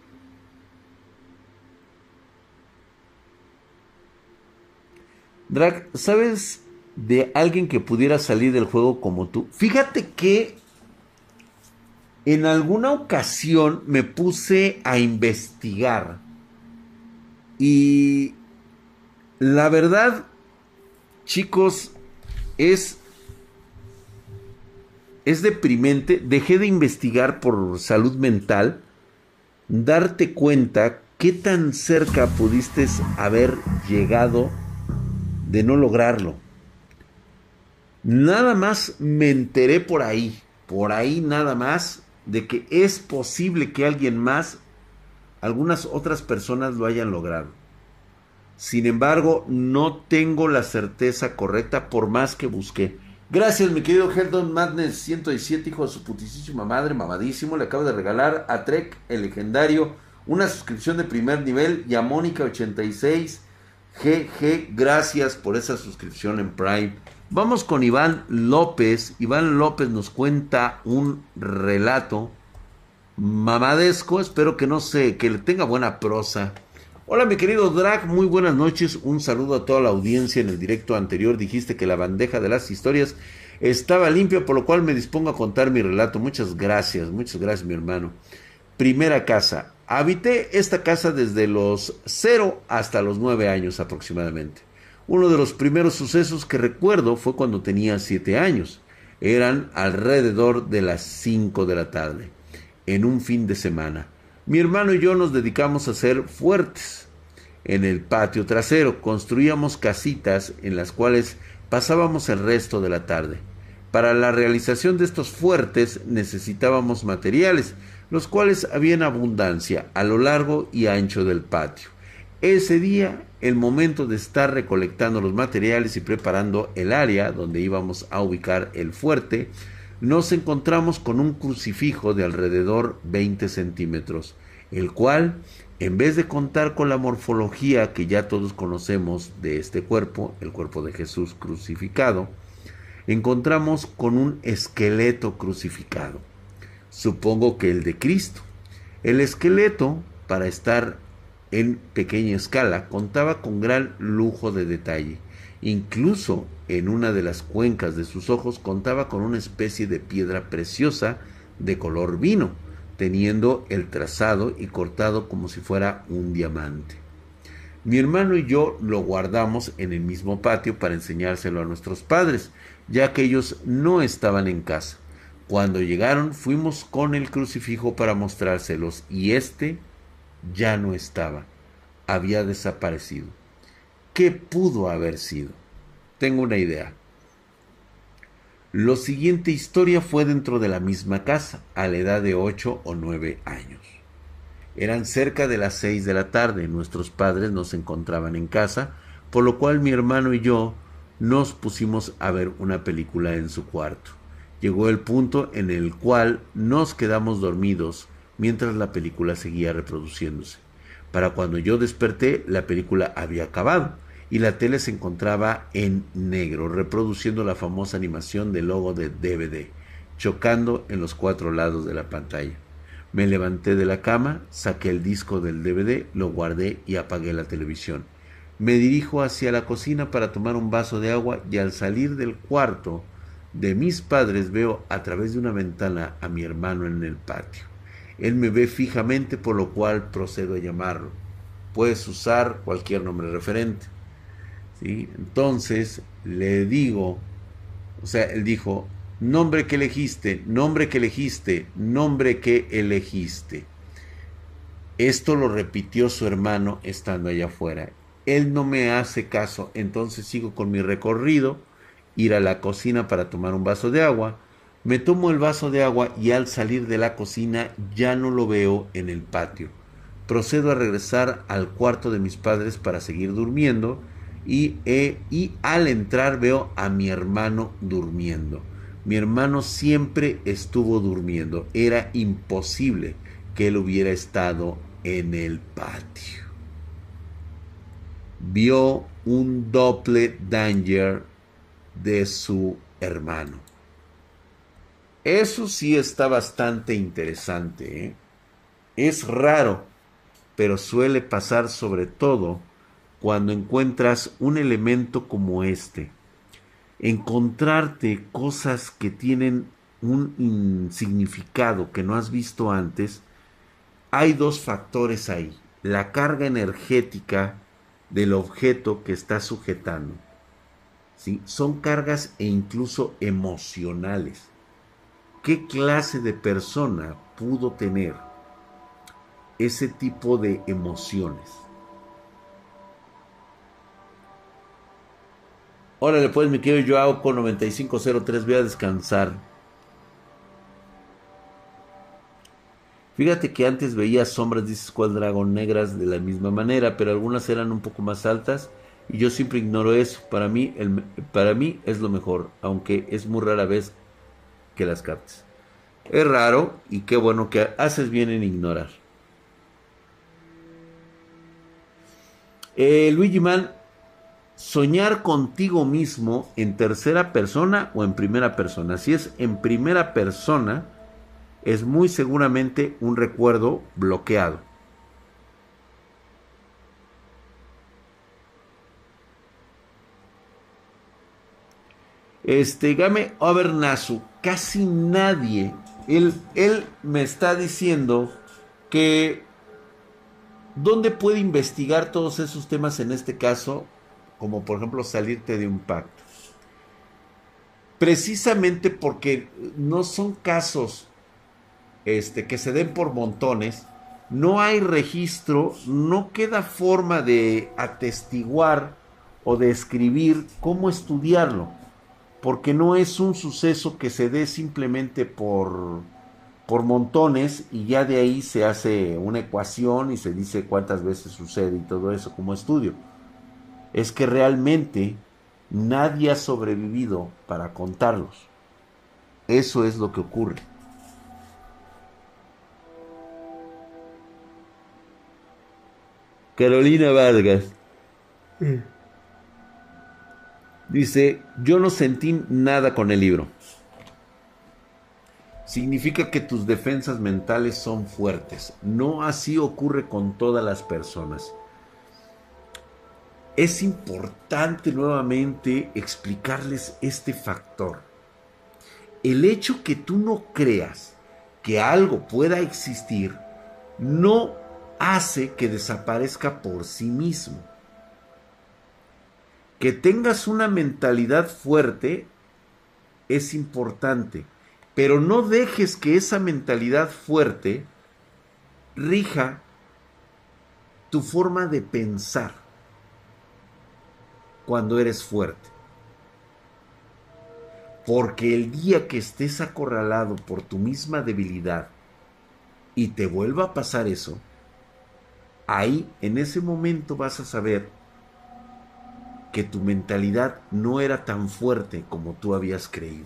Drag, ¿sabes de alguien que pudiera salir del juego como tú? Fíjate que en alguna ocasión me puse a investigar y la verdad, chicos, es deprimente. Dejé de investigar por salud mental, darte cuenta qué tan cerca pudiste haber llegado de no lograrlo. Nada más me enteré por ahí nada más, de que es posible que alguien más, algunas otras personas lo hayan logrado. Sin embargo, no tengo la certeza correcta por más que busqué. Gracias, mi querido Heldon Madness 117, hijo de su putisísima madre, mamadísimo. Le acabo de regalar a Trek, el legendario, una suscripción de primer nivel, y a Mónica 86 GG, gracias por esa suscripción en Prime. Vamos con Iván López. Iván López nos cuenta un relato mamadesco. Espero que que le tenga buena prosa. Hola, mi querido Drag, muy buenas noches. Un saludo a toda la audiencia. En el directo anterior dijiste que la bandeja de las historias estaba limpia, por lo cual me dispongo a contar mi relato. Muchas gracias, mi hermano. Primera casa. Habité esta casa desde los 0 hasta los 9 años aproximadamente. Uno de los primeros sucesos que recuerdo fue cuando tenía 7 años. Eran alrededor de las 5 de la tarde, en un fin de semana. Mi hermano y yo nos dedicamos a ser fuertes. en el patio trasero. Construíamos casitas en las cuales pasábamos el resto de la tarde. Para la realización de estos fuertes necesitábamos materiales, los cuales había en abundancia a lo largo y ancho del patio. Ese día, el momento de estar recolectando los materiales y preparando el área donde íbamos a ubicar el fuerte, nos encontramos con un crucifijo de alrededor 20 centímetros, el cual, en vez de contar con la morfología que ya todos conocemos de este cuerpo, el cuerpo de Jesús crucificado, encontramos con un esqueleto crucificado. Supongo que el de Cristo. El esqueleto, para estar en pequeña escala, contaba con gran lujo de detalle. Incluso en una de las cuencas de sus ojos contaba con una especie de piedra preciosa de color vino, teniendo el trazado y cortado como si fuera un diamante. Mi hermano y yo lo guardamos en el mismo patio para enseñárselo a nuestros padres, ya que ellos no estaban en casa. Cuando llegaron, fuimos con el crucifijo para mostrárselos y este ya no estaba, había desaparecido. ¿Qué pudo haber sido? Tengo una idea. La siguiente historia fue dentro de la misma casa, a la edad de 8 o 9 años. Eran cerca de las 6 de la tarde, nuestros padres no se encontraban en casa, por lo cual mi hermano y yo nos pusimos a ver una película en su cuarto. Llegó el punto en el cual nos quedamos dormidos mientras la película seguía reproduciéndose. Para cuando yo desperté, la película había acabado y la tele se encontraba en negro, reproduciendo la famosa animación del logo de DVD, chocando en los 4 lados de la pantalla. Me levanté de la cama, saqué el disco del DVD, lo guardé y apagué la televisión. Me dirijo hacia la cocina para tomar un vaso de agua y al salir del cuarto de mis padres veo a través de una ventana a mi hermano en el patio. Él me ve fijamente, por lo cual procedo a llamarlo. Puedes usar cualquier nombre referente, ¿sí? Entonces le digo, él dijo, nombre que elegiste, nombre que elegiste, nombre que elegiste. Esto lo repitió su hermano estando allá afuera. Él no me hace caso, entonces sigo con mi recorrido, ir a la cocina para tomar un vaso de agua. Me tomo el vaso de agua y al salir de la cocina ya no lo veo en el patio. Procedo a regresar al cuarto de mis padres para seguir durmiendo y al entrar veo a mi hermano durmiendo. Mi hermano siempre estuvo durmiendo. Era imposible que él hubiera estado en el patio. Vio un doppelganger de su hermano. Eso sí está bastante interesante, ¿eh? Es raro, pero suele pasar sobre todo cuando encuentras un elemento como este. Encontrarte cosas que tienen un significado que no has visto antes. Hay dos factores ahí: la carga energética del objeto que está sujetando, ¿sí? Son cargas e incluso emocionales. ¿Qué clase de persona pudo tener ese tipo de emociones? Órale pues, mi querido Joao con 9503, voy a descansar. Fíjate que antes veía sombras, dices cuál dragón, negras de la misma manera, pero algunas eran un poco más altas y yo siempre ignoro eso. Para mí es lo mejor, aunque es muy rara vez que las captes. Es raro y qué bueno que haces bien en ignorar. Luigi Man, soñar contigo mismo en tercera persona o en primera persona. Si es en primera persona, es muy seguramente un recuerdo bloqueado. Game Over Nasu, casi nadie. Él me está diciendo que ¿dónde puede investigar todos esos temas en este caso? Como por ejemplo salirte de un pacto. Precisamente porque no son casos que se den por montones no hay registro, no queda forma de atestiguar o de escribir cómo estudiarlo, porque no es un suceso que se dé simplemente por montones y ya de ahí se hace una ecuación y se dice cuántas veces sucede y todo eso como estudio. Es que realmente nadie ha sobrevivido para contarlos. Eso es lo que ocurre. Carolina Vargas dice, yo no sentí nada con el libro. Significa que tus defensas mentales son fuertes. No así ocurre con todas las personas. Es importante nuevamente explicarles este factor. El hecho que tú no creas que algo pueda existir no hace que desaparezca por sí mismo. Que tengas una mentalidad fuerte es importante, pero no dejes que esa mentalidad fuerte rija tu forma de pensar cuando eres fuerte. Porque el día que estés acorralado por tu misma debilidad y te vuelva a pasar eso, ahí en ese momento vas a saber que tu mentalidad no era tan fuerte como tú habías creído.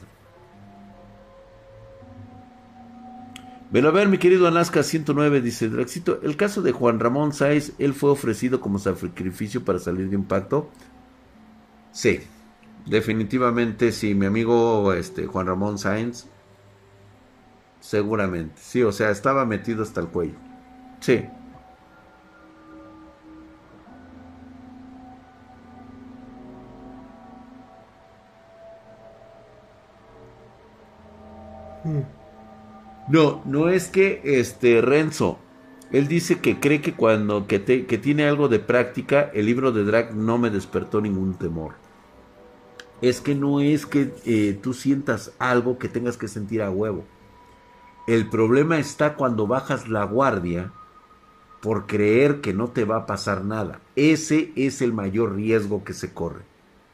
Velo a ver, mi querido Anasca 109, dice Draxito, el caso de Juan Ramón Sáez, él fue ofrecido como sacrificio para salir de un pacto. Sí, definitivamente sí, mi amigo Juan Ramón Sáenz, seguramente, sí, o sea, estaba metido hasta el cuello. Sí. No, no es que Renzo, él dice que cree que cuando que tiene algo de práctica, el libro de Drag no me despertó ningún temor. Es que no es que tú sientas algo que tengas que sentir a huevo. El problema está cuando bajas la guardia por creer que no te va a pasar nada. Ese es el mayor riesgo que se corre.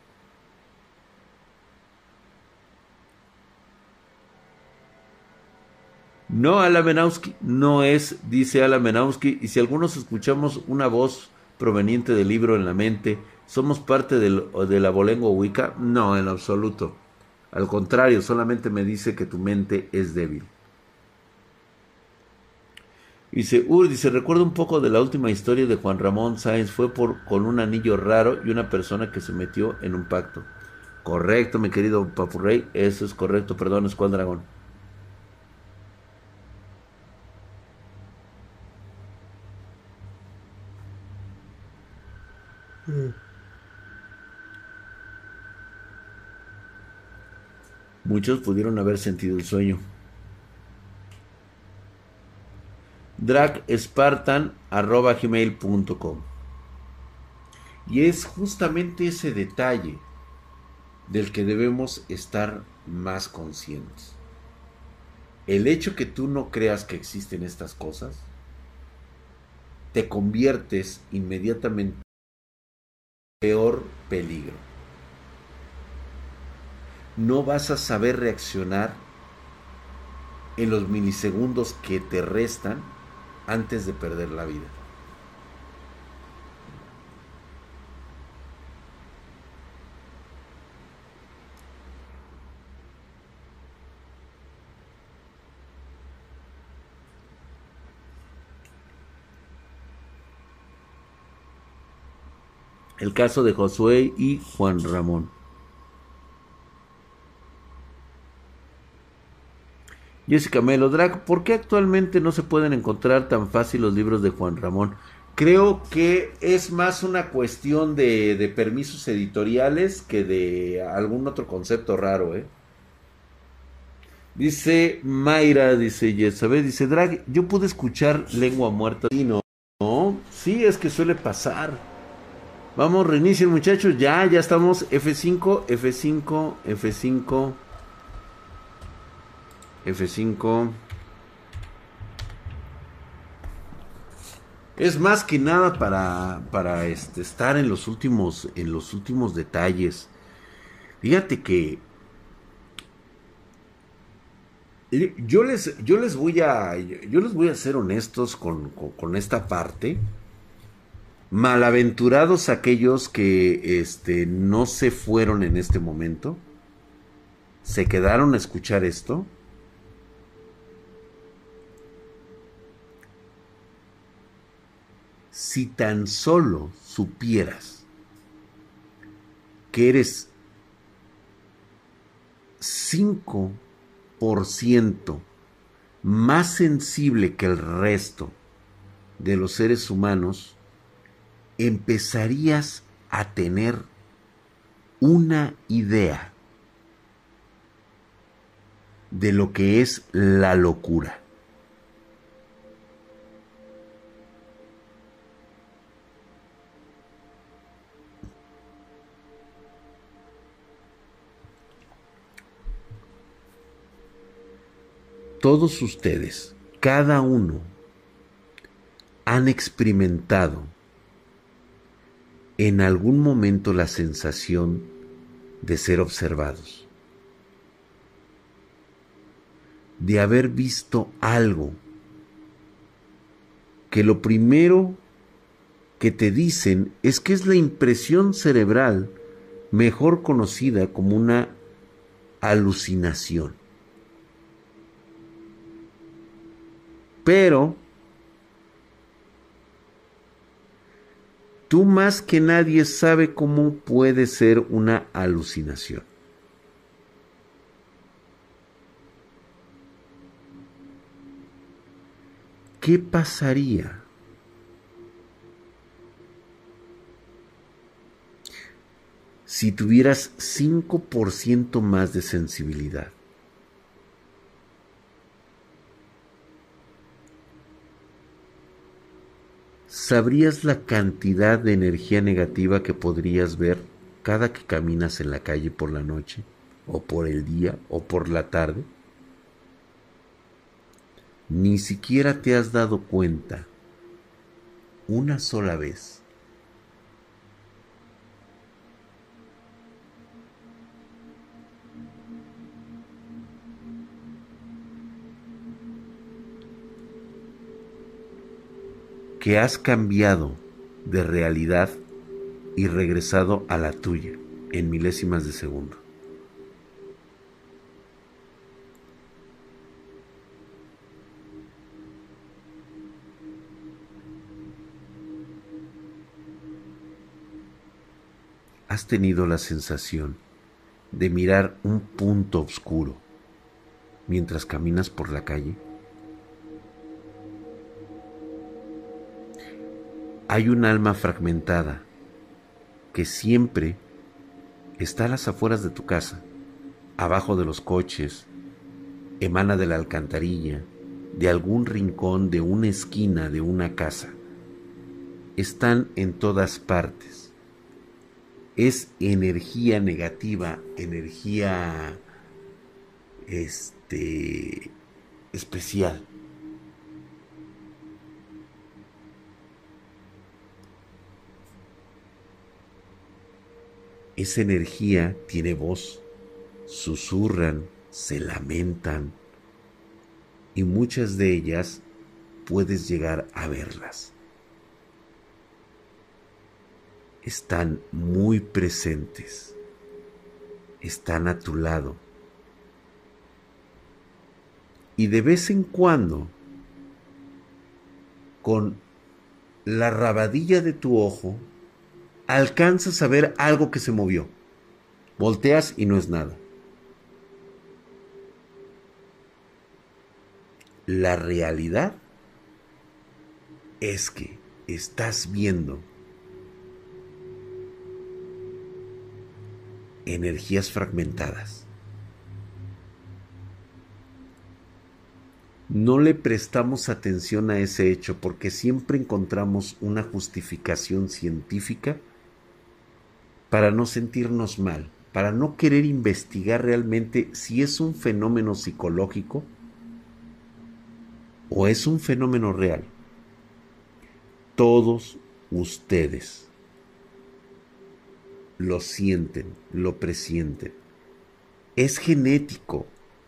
No, Alan Menowski, no es, dice Alan Menowski, y si algunos escuchamos una voz proveniente del libro en la mente, ¿somos parte del abolengo Wicca? No, en absoluto. Al contrario, solamente me dice que tu mente es débil. Dice, dice, recuerdo un poco de la última historia de Juan Ramón Sáenz, fue con un anillo raro y una persona que se metió en un pacto. Correcto, mi querido Papurrey, eso es correcto, perdón, Escuadragón. Muchos pudieron haber sentido el sueño. dragspartan@gmail.com. Y es justamente ese detalle del que debemos estar más conscientes. El hecho que tú no creas que existen estas cosas, te conviertes inmediatamente en peor peligro. No vas a saber reaccionar en los milisegundos que te restan antes de perder la vida. El caso de Josué y Juan Ramón. Jessica Melo, Drag, ¿por qué actualmente no se pueden encontrar tan fácil los libros de Juan Ramón? Creo que es más una cuestión de permisos editoriales que de algún otro concepto raro, ¿eh? Dice Mayra, dice Yesabel, dice Drag, yo pude escuchar Lengua Muerta. Sí, no, no, sí, es que suele pasar. Vamos, reinicien muchachos, ya estamos. F5, F5, F5, F5. Es más que nada para estar en los últimos detalles. Fíjate que yo les voy a ser honestos con esta parte. Malaventurados aquellos que no se fueron en este momento, se quedaron a escuchar esto. Si tan solo supieras que eres 5% más sensible que el resto de los seres humanos, empezarías a tener una idea de lo que es la locura. Todos ustedes, cada uno, han experimentado en algún momento la sensación de ser observados, de haber visto algo que lo primero que te dicen es que es la impresión cerebral mejor conocida como una alucinación. Pero tú más que nadie sabe cómo puede ser una alucinación. ¿Qué pasaría si tuvieras 5% más de sensibilidad? ¿Sabrías la cantidad de energía negativa que podrías ver cada que caminas en la calle por la noche, o por el día, o por la tarde? Ni siquiera te has dado cuenta una sola vez que has cambiado de realidad y regresado a la tuya en milésimas de segundo. ¿Has tenido la sensación de mirar un punto oscuro mientras caminas por la calle? Hay un alma fragmentada que siempre está a las afueras de tu casa, abajo de los coches, emana de la alcantarilla, de algún rincón, de una esquina, de una casa. Están en todas partes. Es energía negativa, energía especial. Esa energía tiene voz, susurran, se lamentan, y muchas de ellas puedes llegar a verlas. Están muy presentes, están a tu lado, y de vez en cuando, con la rabadilla de tu ojo, alcanzas a ver algo que se movió. Volteas y no es nada. La realidad es que estás viendo energías fragmentadas. No le prestamos atención a ese hecho porque siempre encontramos una justificación científica para no sentirnos mal, para no querer investigar realmente si es un fenómeno psicológico o es un fenómeno real. Todos ustedes lo sienten, lo presienten. Es genético.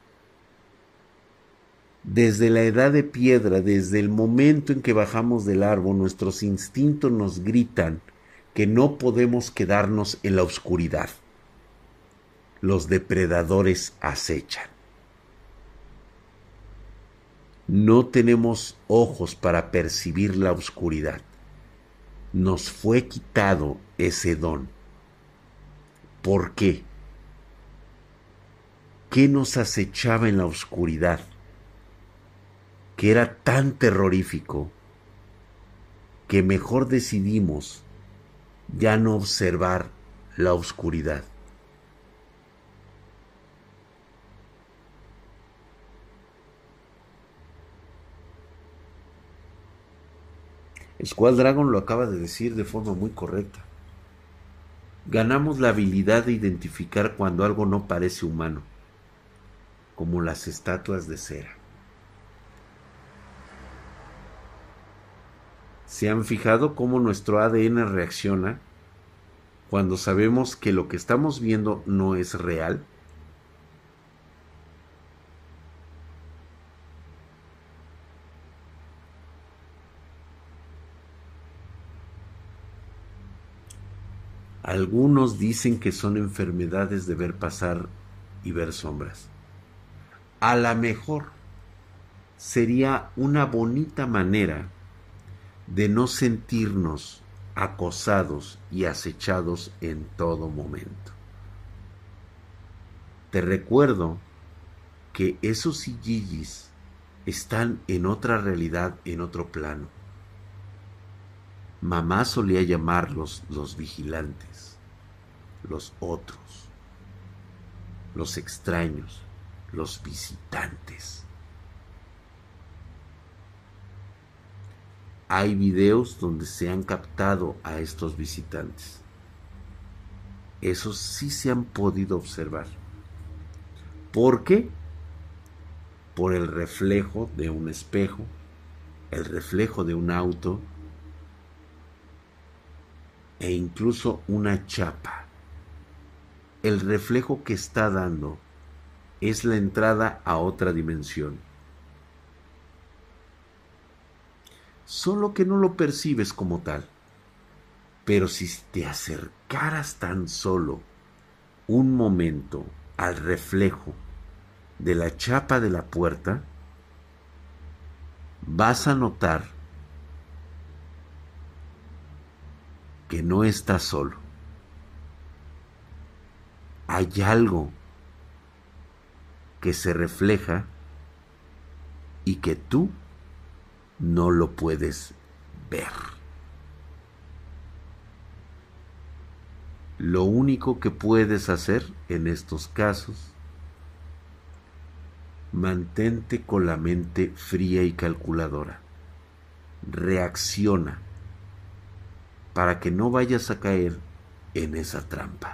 Desde la edad de piedra, desde el momento en que bajamos del árbol, nuestros instintos nos gritan que no podemos quedarnos en la oscuridad. Los depredadores acechan. No tenemos ojos para percibir la oscuridad. Nos fue quitado ese don. ¿Por qué? ¿Qué nos acechaba en la oscuridad? Que era tan terrorífico que mejor decidimos ya no observar la oscuridad. Squall Dragon lo acaba de decir de forma muy correcta. Ganamos la habilidad de identificar cuando algo no parece humano, como las estatuas de cera. ¿Se han fijado cómo nuestro ADN reacciona cuando sabemos que lo que estamos viendo no es real? Algunos dicen que son enfermedades de ver pasar y ver sombras. A lo mejor sería una bonita manera de no sentirnos acosados y acechados en todo momento. Te recuerdo que esos Igigis están en otra realidad, en otro plano. Mamá solía llamarlos los vigilantes, los otros, los extraños, los visitantes. Hay videos donde se han captado a estos visitantes. Esos sí se han podido observar. ¿Por qué? Por el reflejo de un espejo, el reflejo de un auto e incluso una chapa. El reflejo que está dando es la entrada a otra dimensión. Solo que no lo percibes como tal. Pero si te acercaras tan solo un momento al reflejo de la chapa de la puerta, vas a notar que no estás solo. Hay algo que se refleja y que tú no lo puedes ver. Lo único que puedes hacer en estos casos, mantente con la mente fría y calculadora. Reacciona para que no vayas a caer en esa trampa.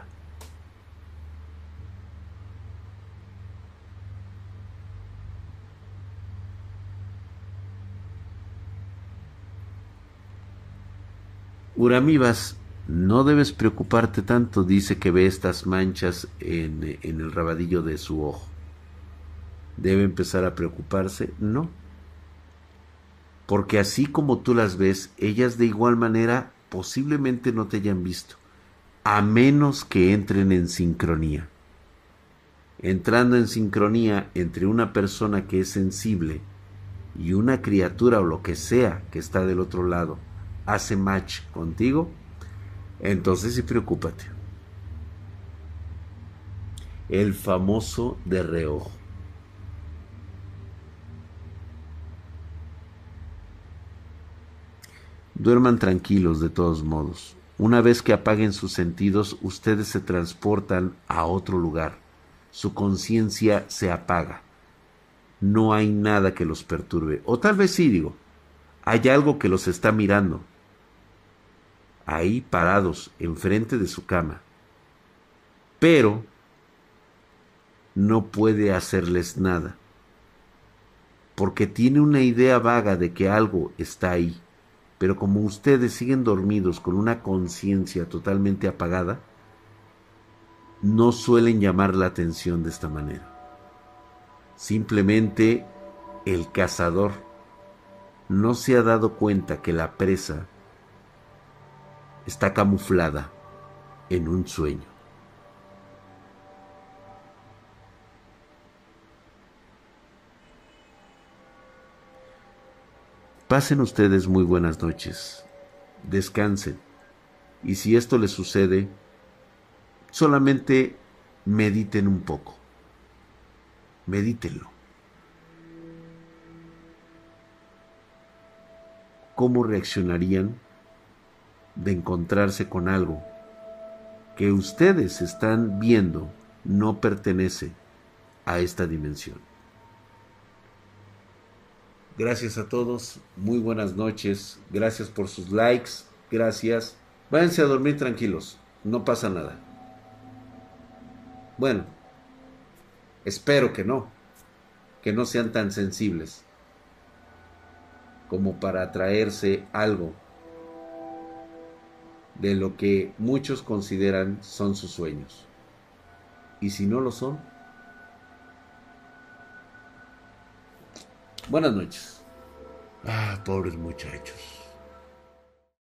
Uramibas, no debes preocuparte tanto, dice que ve estas manchas en el rabadillo de su ojo. ¿Debe empezar a preocuparse? No. Porque así como tú las ves, ellas de igual manera posiblemente no te hayan visto, a menos que entren en sincronía. Entrando en sincronía entre una persona que es sensible y una criatura o lo que sea que está del otro lado, hace match contigo, entonces sí preocúpate. El famoso de reojo. Duerman tranquilos de todos modos. Una vez que apaguen sus sentidos, ustedes se transportan a otro lugar. Su conciencia se apaga. No hay nada que los perturbe. O tal vez sí, digo, hay algo que los está mirando. Ahí parados, enfrente de su cama. Pero no puede hacerles nada. Porque tiene una idea vaga de que algo está ahí. Pero como ustedes siguen dormidos con una conciencia totalmente apagada, no suelen llamar la atención de esta manera. Simplemente el cazador no se ha dado cuenta que la presa está camuflada en un sueño. Pasen ustedes muy buenas noches, descansen, y si esto les sucede, solamente mediten un poco, medítenlo. ¿Cómo reaccionarían de encontrarse con algo que ustedes están viendo no pertenece a esta dimensión? Gracias a todos, muy buenas noches, gracias por sus likes, gracias. Váyanse a dormir tranquilos, no pasa nada. Bueno, espero que no sean tan sensibles como para atraerse algo de lo que muchos consideran son sus sueños. Y si no lo son, buenas noches. Ah, pobres muchachos.